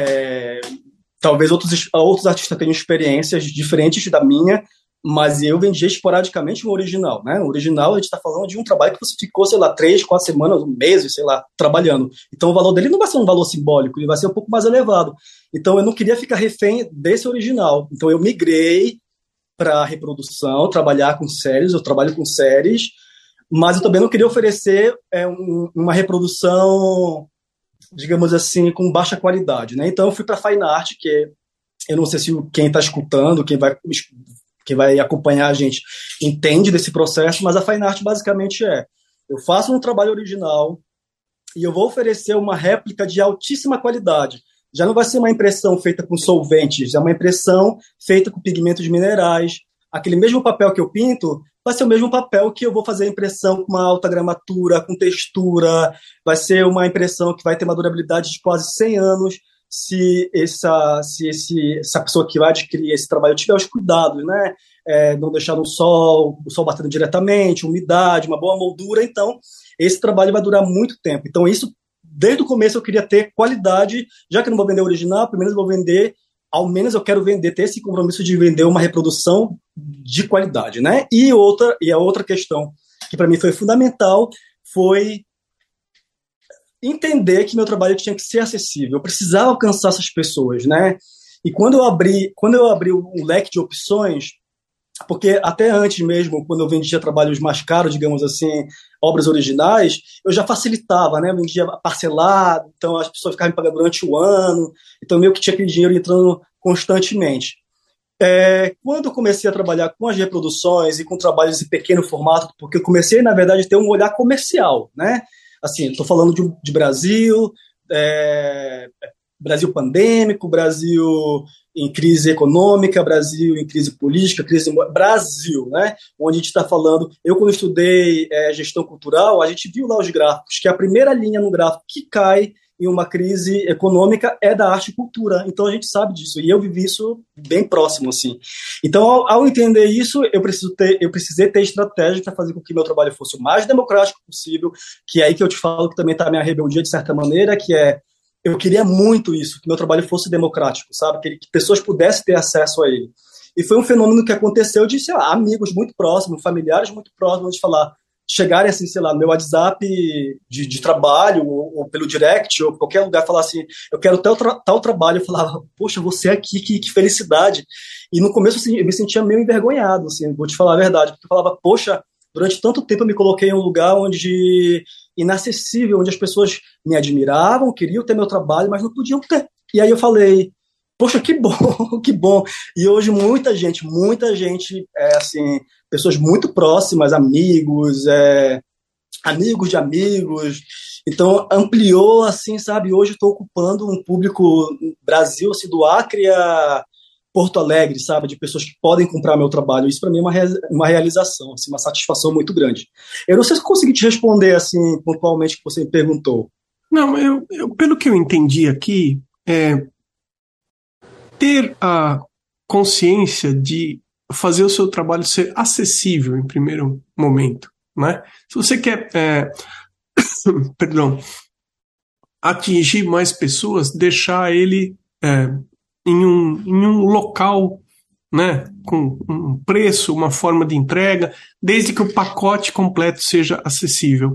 talvez outros artistas tenham experiências diferentes da minha, mas eu vendia esporadicamente o original, né? O original, a gente está falando de um trabalho que você ficou, sei lá, 3, 4 semanas, meses, sei lá, trabalhando. Então o valor dele não vai ser um valor simbólico, ele vai ser um pouco mais elevado. Então eu não queria ficar refém desse original. Então eu migrei para reprodução, trabalhar com séries, eu trabalho com séries, mas eu também não queria oferecer uma reprodução, digamos assim, com baixa qualidade, né? Então eu fui para Fine Art, eu não sei se quem está escutando, quem vai acompanhar a gente entende desse processo, mas a Fine Art basicamente eu faço um trabalho original e eu vou oferecer uma réplica de altíssima qualidade. Já não vai ser uma impressão feita com solventes, é uma impressão feita com pigmentos minerais. Aquele mesmo papel que eu pinto vai ser o mesmo papel que eu vou fazer a impressão com uma alta gramatura, com textura, vai ser uma impressão que vai ter uma durabilidade de quase 100 anos, se essa pessoa que vai adquirir esse trabalho tiver os cuidados, né? Não deixar no sol, o sol batendo diretamente, umidade, uma boa moldura, então esse trabalho vai durar muito tempo. Então isso, desde o começo eu queria ter qualidade, já que eu não vou vender original, primeiro eu vou vender, ao menos eu quero ter esse compromisso de vender uma reprodução de qualidade, né? E a outra questão que para mim foi fundamental foi entender que meu trabalho tinha que ser acessível, eu precisava alcançar essas pessoas, né? E quando eu abri um leque de opções, porque até antes mesmo, quando eu vendia trabalhos mais caros, digamos assim, obras originais, eu já facilitava, né? Eu vendia parcelado, então as pessoas ficavam me pagando durante o ano, então meio que tinha aquele dinheiro entrando constantemente. Quando eu comecei a trabalhar com as reproduções e com trabalhos em pequeno formato, porque eu comecei, na verdade, a ter um olhar comercial, né? Assim, estou falando de Brasil, Brasil pandêmico, Brasil em crise econômica, Brasil em crise política, Brasil, né? Onde a gente está falando. Eu, quando estudei gestão cultural, a gente viu lá os gráficos, que a primeira linha no gráfico que cai em uma crise econômica é da arte e cultura. Então a gente sabe disso, e eu vivi isso bem próximo, assim. Então, ao entender isso, eu precisei ter estratégia para fazer com que meu trabalho fosse o mais democrático possível, que é aí que eu te falo que também está a minha rebeldia, de certa maneira, que eu queria muito isso, que meu trabalho fosse democrático, sabe? Que pessoas pudessem ter acesso a ele. E foi um fenômeno que aconteceu de, sei lá, amigos muito próximos, familiares muito próximos, de falar, chegarem assim, sei lá, no meu WhatsApp de trabalho, ou pelo direct, ou qualquer lugar, falar assim, eu quero tal trabalho. Eu falava, poxa, você aqui, que felicidade. E no começo, assim, eu me sentia meio envergonhado, assim, vou te falar a verdade, porque eu falava, poxa, durante tanto tempo eu me coloquei em um lugar inacessível, onde as pessoas me admiravam, queriam ter meu trabalho, mas não podiam ter. E aí eu falei, poxa, que bom, que bom. E hoje muita gente, assim, pessoas muito próximas, amigos, amigos de amigos. Então ampliou, assim, sabe? Hoje estou ocupando um público Brasil, assim, do Acre a Porto Alegre, sabe? De pessoas que podem comprar meu trabalho. Isso para mim é uma realização, assim, uma satisfação muito grande. Eu não sei se eu consegui te responder, assim, pontualmente, o que você me perguntou. Não, pelo que eu entendi aqui, ter a consciência de fazer o seu trabalho ser acessível em primeiro momento, né? Se você quer, perdão, atingir mais pessoas, deixar ele em um local, né, com um preço, uma forma de entrega, desde que o pacote completo seja acessível.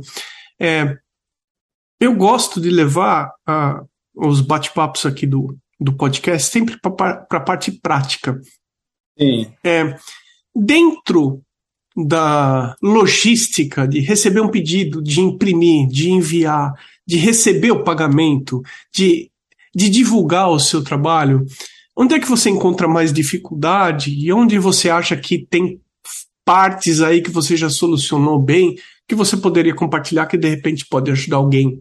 Eu gosto de levar os bate-papos aqui do podcast sempre para a parte prática. Sim. Dentro da logística de receber um pedido, de imprimir, de enviar, de receber o pagamento, de divulgar o seu trabalho, onde é que você encontra mais dificuldade e onde você acha que tem partes aí que você já solucionou bem, que você poderia compartilhar que de repente pode ajudar alguém?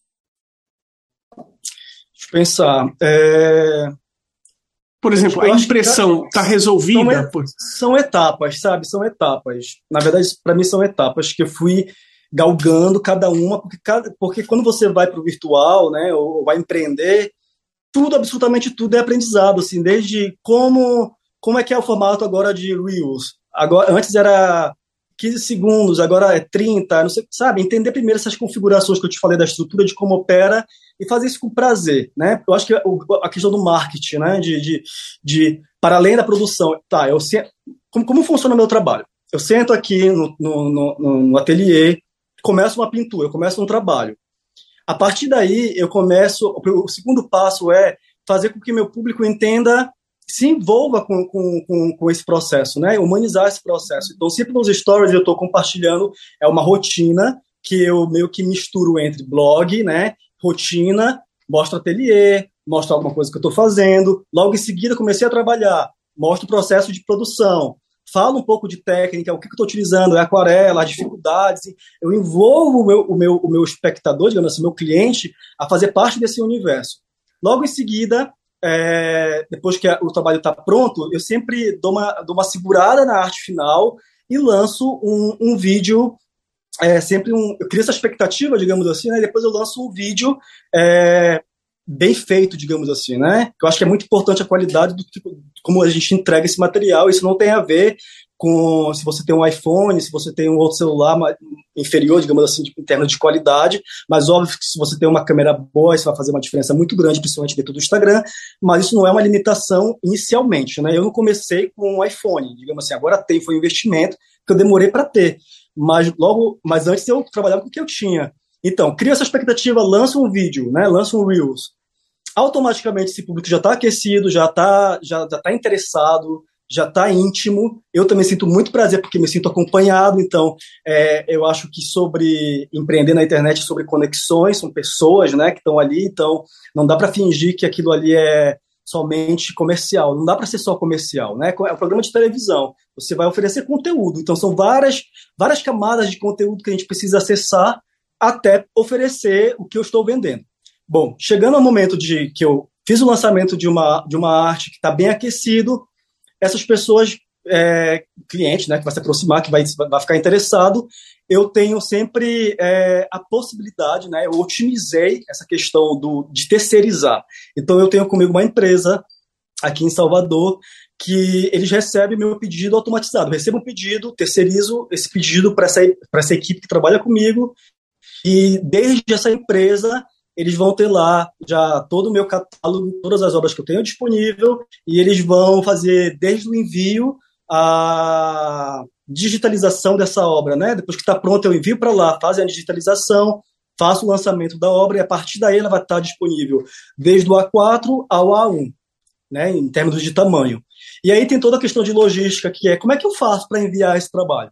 Deixa eu pensar. Por exemplo, a impressão está resolvida? São etapas, sabe? São etapas. Na verdade, para mim, são etapas que eu fui galgando cada uma, porque quando você vai para o virtual, né, ou vai empreender, absolutamente tudo é aprendizado, assim, desde como é que é o formato agora de Reels. Agora, antes era 15 segundos, agora é 30, não sei, sabe? Entender primeiro essas configurações que eu te falei da estrutura, de como opera, e fazer isso com prazer, né? Eu acho que a questão do marketing, né? Para além da produção, tá, como funciona o meu trabalho? Eu sento aqui no ateliê, começo uma pintura, eu começo um trabalho. A partir daí, o segundo passo é fazer com que meu público entenda, se envolva com esse processo, né? Humanizar esse processo. Então, sempre nos stories eu estou compartilhando, é uma rotina que eu meio que misturo entre blog, né? Rotina, mostro ateliê, mostro alguma coisa que eu estou fazendo. Logo em seguida, comecei a trabalhar, mostro o processo de produção, falo um pouco de técnica, o que eu estou utilizando, é aquarela, as dificuldades. Eu envolvo o meu espectador, digamos assim, meu cliente, a fazer parte desse universo. Logo em seguida, depois que o trabalho está pronto, eu sempre dou uma segurada na arte final e lanço um vídeo, eu crio essa expectativa, digamos assim, né? E depois eu lanço um vídeo bem feito, digamos assim, né? Eu acho que é muito importante a qualidade como a gente entrega esse material. Isso não tem a ver com se você tem um iPhone, se você tem um outro celular inferior, digamos assim, em termos de qualidade, mas óbvio que se você tem uma câmera boa, isso vai fazer uma diferença muito grande, principalmente dentro do Instagram, mas isso não é uma limitação inicialmente, né? Eu não comecei com um iPhone, digamos assim, agora foi um investimento que eu demorei para ter, mas antes eu trabalhava com o que eu tinha. Então, cria essa expectativa, lança um vídeo, né? Lança um Reels. Automaticamente esse público já está aquecido, já tá interessado, já está íntimo. Eu também sinto muito prazer porque me sinto acompanhado. Então, eu acho que sobre empreender na internet, sobre conexões, são pessoas, né, que estão ali. Então, não dá para fingir que aquilo ali é somente comercial. Não dá para ser só comercial, né? É um programa de televisão. Você vai oferecer conteúdo. Então, são várias camadas de conteúdo que a gente precisa acessar até oferecer o que eu estou vendendo. Bom, chegando ao momento que eu fiz o lançamento de uma arte que está bem aquecido, essas pessoas, cliente, né, que vai se aproximar, que vai ficar interessado, eu tenho sempre a possibilidade, né, eu otimizei essa questão de terceirizar. Então, eu tenho comigo uma empresa aqui em Salvador que eles recebem meu pedido automatizado. Eu recebo um pedido, terceirizo esse pedido para essa equipe que trabalha comigo, e desde essa empresa eles vão ter lá já todo o meu catálogo, todas as obras que eu tenho disponível, e eles vão fazer desde o envio a digitalização dessa obra, né? Depois que está pronta, eu envio para lá, fazem a digitalização, faço o lançamento da obra, e a partir daí ela vai estar disponível desde o A4 ao A1, né? Em termos de tamanho. E aí tem toda a questão de logística, que é como é que eu faço para enviar esse trabalho?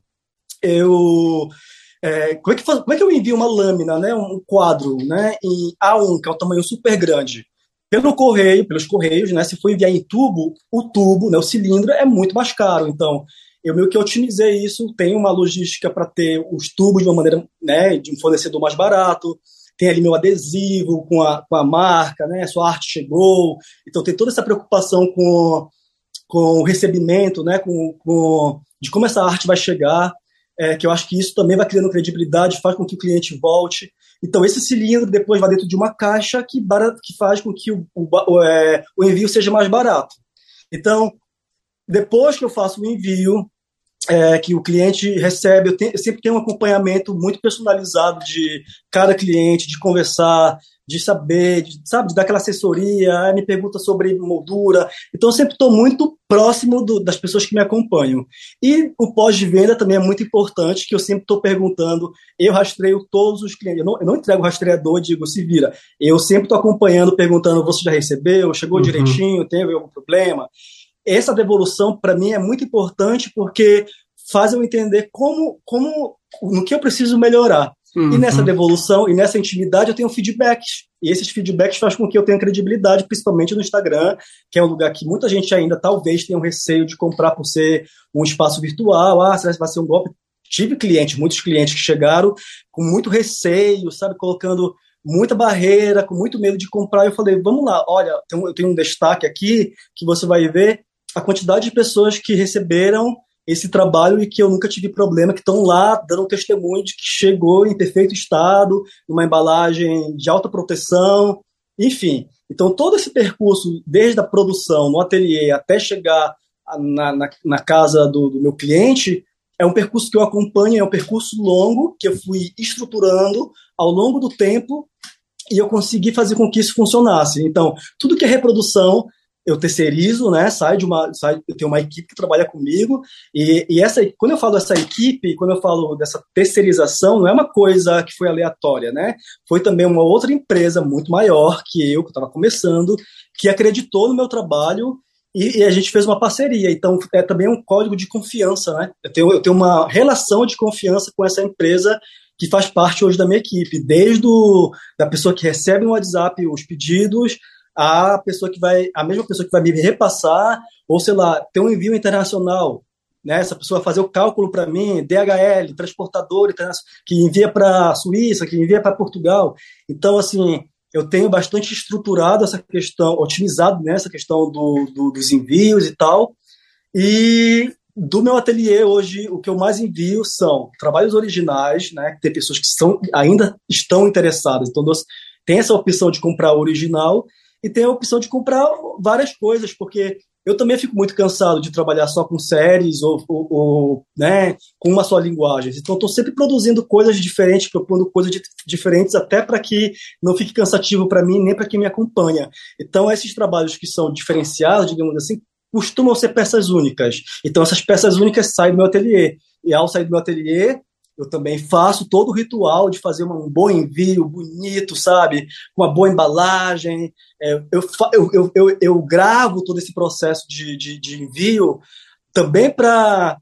Como é que eu envio uma lâmina, né, um quadro, né, em A1, que é um tamanho super grande? Pelos correios, né, se for enviar em tubo, o tubo, né, o cilindro, é muito mais caro. Então, eu meio que otimizei isso, tenho uma logística para ter os tubos de uma maneira, né, de um fornecedor mais barato, tem ali meu adesivo com a marca, né, sua arte chegou. Então, tem toda essa preocupação com o recebimento, né, de como essa arte vai chegar. Que eu acho que isso também vai criando credibilidade, faz com que o cliente volte. Então, esse cilindro depois vai dentro de uma caixa que faz com que o envio seja mais barato. Então, depois que eu faço o envio, que o cliente recebe, eu sempre tenho um acompanhamento muito personalizado de cada cliente, de conversar, de saber, de dar aquela assessoria, me pergunta sobre moldura. Então, eu sempre estou muito próximo das pessoas que me acompanham. E o pós-venda também é muito importante, que eu sempre estou perguntando, eu rastreio todos os clientes. Eu não entrego o rastreador e digo, se vira. Eu sempre estou acompanhando, perguntando, você já recebeu? Chegou direitinho? Teve algum problema? Essa devolução, para mim, é muito importante, porque faz eu entender no que eu preciso melhorar. E nessa devolução e nessa intimidade eu tenho feedbacks. E esses feedbacks fazem com que eu tenha credibilidade, principalmente no Instagram, que é um lugar que muita gente ainda talvez tenha um receio de comprar por ser um espaço virtual. Será que vai ser um golpe? Tive muitos clientes que chegaram com muito receio, sabe, colocando muita barreira, com muito medo de comprar. Eu falei, vamos lá, olha, eu tenho um destaque aqui que você vai ver a quantidade de pessoas que receberam esse trabalho e que eu nunca tive problema, que estão lá dando testemunho de que chegou em perfeito estado, numa embalagem de alta proteção, enfim. Então, todo esse percurso, desde a produção, no ateliê, até chegar na casa do meu cliente, é um percurso que eu acompanho, é um percurso longo, que eu fui estruturando ao longo do tempo, e eu consegui fazer com que isso funcionasse. Então, tudo que é reprodução, eu terceirizo, né? Eu tenho uma equipe que trabalha comigo, quando eu falo dessa equipe, quando eu falo dessa terceirização, não é uma coisa que foi aleatória, né? Foi também uma outra empresa muito maior que eu estava começando, que acreditou no meu trabalho e a gente fez uma parceria. Então, é também um código de confiança, né? Eu tenho uma relação de confiança com essa empresa que faz parte hoje da minha equipe, da pessoa que recebe no WhatsApp os pedidos, a mesma pessoa que vai me repassar, ou sei lá, ter um envio internacional, né? Essa pessoa fazer o cálculo para mim, DHL, transportador que envia para a Suíça, que envia para Portugal. Então, assim, eu tenho bastante estruturado essa questão, otimizado nessa questão dos envios e tal. E do meu ateliê hoje, o que eu mais envio são trabalhos originais, né? Tem pessoas que ainda estão interessadas. Então, tem essa opção de comprar original e tem a opção de comprar várias coisas, porque eu também fico muito cansado de trabalhar só com séries ou né, com uma só linguagem. Então, estou sempre produzindo coisas diferentes, propondo coisas diferentes, até para que não fique cansativo para mim, nem para quem me acompanha. Então, esses trabalhos que são diferenciados, digamos assim, costumam ser peças únicas. Então, essas peças únicas saem do meu ateliê. E ao sair do meu ateliê, eu também faço todo o ritual de fazer um bom envio, bonito, sabe? Com uma boa embalagem. Eu gravo todo esse processo de envio também para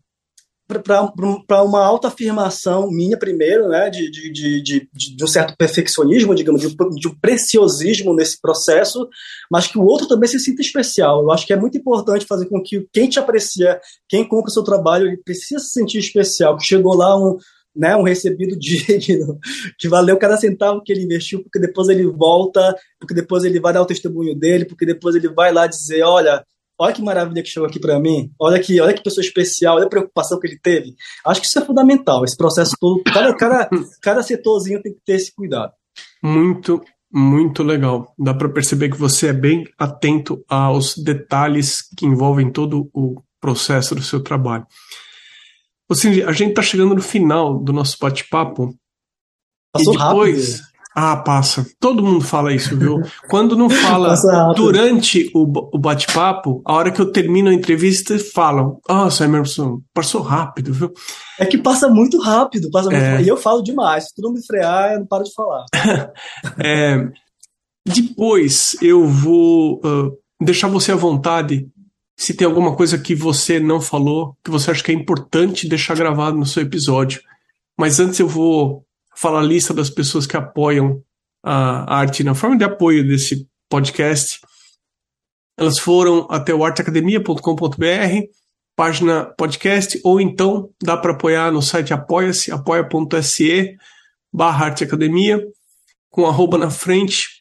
uma autoafirmação minha primeiro, né, de um certo perfeccionismo, digamos, de um preciosismo nesse processo, mas que o outro também se sinta especial. Eu acho que é muito importante fazer com que quem te aprecia, quem compra o seu trabalho, ele precisa se sentir especial, que chegou lá um recebido digno, que valeu cada centavo que ele investiu, porque depois ele volta, porque depois ele vai dar o testemunho dele, porque depois ele vai lá dizer, olha que maravilha que chegou aqui para mim, olha que pessoa especial, olha a preocupação que ele teve. Acho que isso é fundamental, esse processo todo, cada setorzinho tem que ter esse cuidado. Muito, muito legal. Dá para perceber que você é bem atento aos detalhes que envolvem todo o processo do seu trabalho. Cindy, a gente está chegando no final do nosso bate-papo. Passou rápido. Passa. Todo mundo fala isso, viu? Quando não fala durante o bate-papo, a hora que eu termino a entrevista, falam: Nossa, Emerson, passou rápido, viu? É que passa muito rápido, e eu falo demais. Se tu não me frear, eu não paro de falar. Depois eu vou deixar você à vontade. Se tem alguma coisa que você não falou, que você acha que é importante deixar gravado no seu episódio. Mas antes eu vou falar a lista das pessoas que apoiam a arte na forma de apoio desse podcast. Elas foram até o arteacademia.com.br, página podcast, ou então dá para apoiar no site apoia-se, apoia.se/arteacademia, com @ na frente,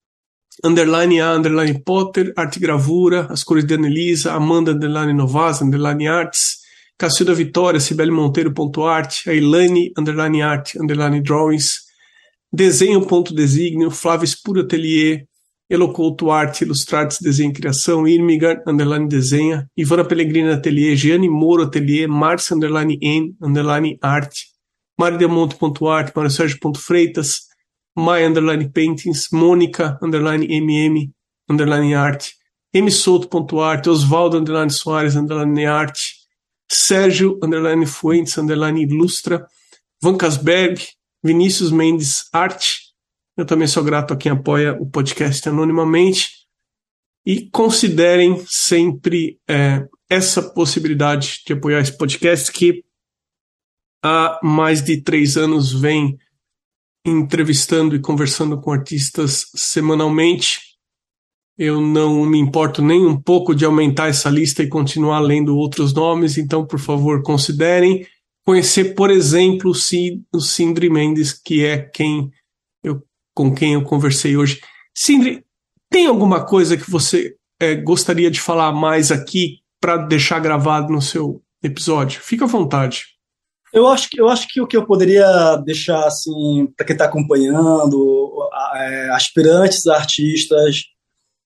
_a, _Potter, arte gravura, as cores de Anelisa, Amanda _Novas, _arts, Cacilda Vitória, CibeleMonteiro.art, a Ilane _art, _drawings, desenho.designio, Flávio Espuro Atelier, Elocouto Arte, Ilustrates, Desenho e Criação, Irmigar _desenha, Ivana Pellegrini Atelier, Gianni Moro Atelier, Marcia _n arte, maridemonte.art, mariosergio.freitas, My _paintings, Mônica _mm _art, msouto.art, Osvaldo _soares _art, Sérgio _Fuentes _ilustra, Van Casberg, Vinícius Mendes Arte. Eu também sou grato a quem apoia o podcast anonimamente. E considerem sempre essa possibilidade de apoiar esse podcast, que há mais de 3 anos vem entrevistando e conversando com artistas semanalmente. Eu não me importo nem um pouco de aumentar essa lista e continuar lendo outros nomes, então, por favor, considerem conhecer, por exemplo, o Sindri Mendes, que é com quem eu conversei hoje. Sindri, tem alguma coisa que você gostaria de falar mais aqui para deixar gravado no seu episódio? Fica à vontade. Eu acho que o que eu poderia deixar assim para quem está acompanhando, aspirantes artistas,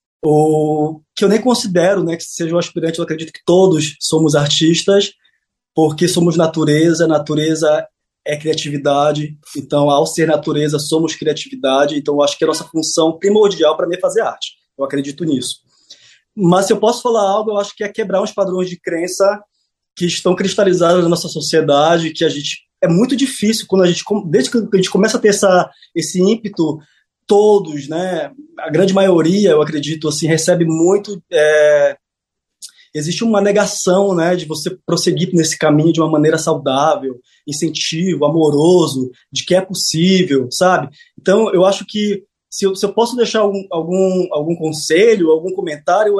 ou que eu nem considero, né, que sejam aspirantes, eu acredito que todos somos artistas, porque somos natureza, natureza é criatividade, então ao ser natureza somos criatividade, então eu acho que a nossa função primordial para mim é fazer arte, eu acredito nisso. Mas se eu posso falar algo, eu acho que é quebrar uns padrões de crença que estão cristalizados na nossa sociedade, que a gente é muito difícil quando desde que a gente começa a ter esse ímpeto, todos, né, a grande maioria, eu acredito, assim, recebe muito, existe uma negação, né, de você prosseguir nesse caminho de uma maneira saudável, incentivo, amoroso, de que é possível, sabe? Então, eu acho que se eu posso deixar algum conselho, algum comentário,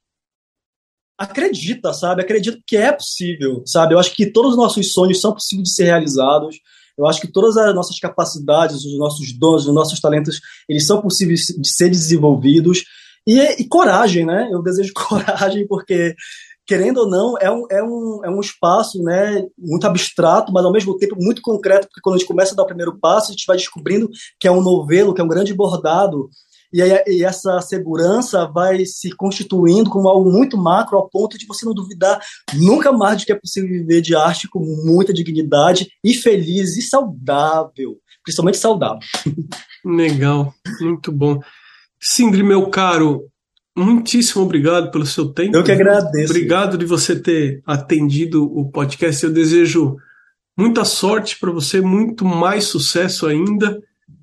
acredita, sabe? Acredita que é possível, sabe? Eu acho que todos os nossos sonhos são possíveis de ser realizados. Eu acho que todas as nossas capacidades, os nossos dons, os nossos talentos, eles são possíveis de ser desenvolvidos. E coragem, né? Eu desejo coragem porque, querendo ou não, é um espaço, né, muito abstrato, mas ao mesmo tempo muito concreto, porque quando a gente começa a dar o primeiro passo, a gente vai descobrindo que é um novelo, que é um grande bordado, e essa segurança vai se constituindo como algo muito macro, ao ponto de você não duvidar nunca mais de que é possível viver de arte com muita dignidade e feliz e saudável, principalmente saudável. Legal, muito bom. Sindri, meu caro, muitíssimo obrigado pelo seu tempo. Eu que agradeço. Obrigado de você ter atendido o podcast. Eu desejo muita sorte para você, muito mais sucesso ainda.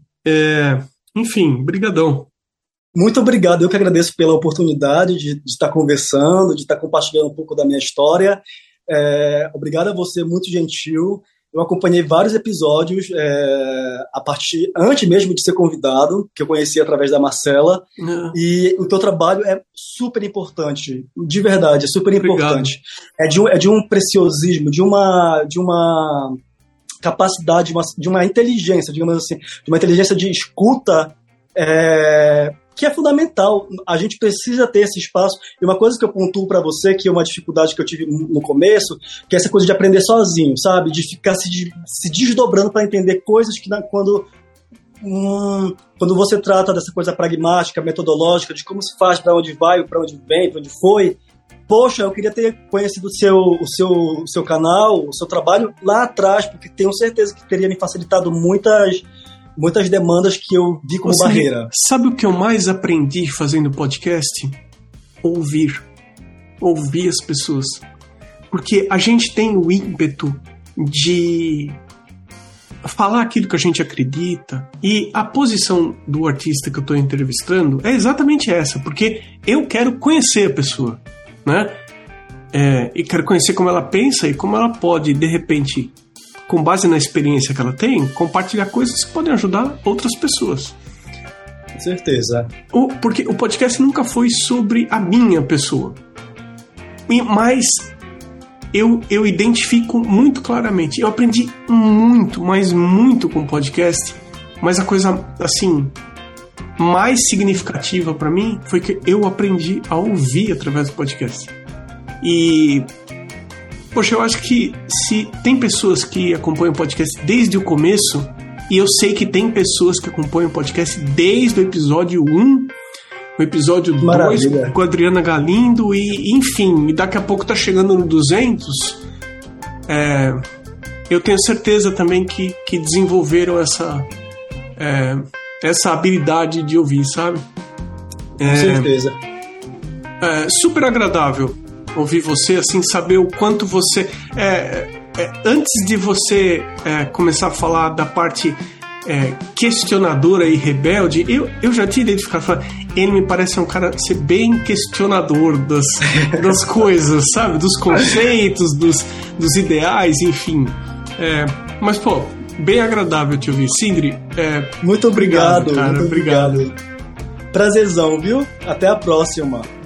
Enfim, brigadão. Muito obrigado, eu que agradeço pela oportunidade de estar conversando, de estar compartilhando um pouco da minha história. Obrigado a você, muito gentil. Eu acompanhei vários episódios antes mesmo de ser convidado, que eu conheci através da Marcela, e o teu trabalho é super importante, de verdade, é super importante. É de um preciosismo, de uma capacidade, de uma inteligência, digamos assim, de uma inteligência de escuta que é fundamental. A gente precisa ter esse espaço. E uma coisa que eu pontuo para você, que é uma dificuldade que eu tive no começo, que é essa coisa de aprender sozinho, sabe? De ficar se desdobrando para entender coisas que quando você trata dessa coisa pragmática, metodológica, de como se faz, para onde vai, para onde vem, para onde foi. Poxa, eu queria ter conhecido o seu canal, o seu trabalho lá atrás, porque tenho certeza que teria me facilitado muitas demandas que eu vi como barreira. Sabe o que eu mais aprendi fazendo podcast? Ouvir as pessoas. Porque a gente tem o ímpeto de falar aquilo que a gente acredita, e a posição do artista que eu estou entrevistando é exatamente essa, porque eu quero conhecer a pessoa, né? E quero conhecer como ela pensa e como ela pode, de repente, com base na experiência que ela tem, compartilhar coisas que podem ajudar outras pessoas. Com certeza. Porque o podcast nunca foi sobre a minha pessoa. Mas eu identifico muito claramente. Eu aprendi muito, mas muito com o podcast. Mas a coisa, assim, mais significativa para mim foi que eu aprendi a ouvir através do podcast. E... poxa, eu acho que se tem pessoas que acompanham o podcast desde o começo, e eu sei que tem pessoas que acompanham o podcast desde o episódio 1, o episódio 2 com a Adriana Galindo, e enfim, e daqui a pouco tá chegando no 200, eu tenho certeza também que desenvolveram essa habilidade de ouvir, sabe? Com certeza. Super agradável ouvir você, assim, saber o quanto você... antes de você começar a falar da parte questionadora e rebelde, eu já tinha identificado, ele me parece um cara ser bem questionador das coisas, sabe? Dos conceitos, dos ideais, enfim. Mas, pô, bem agradável te ouvir. Sindri, muito obrigado, cara. Muito obrigado. Prazerzão, viu? Até a próxima.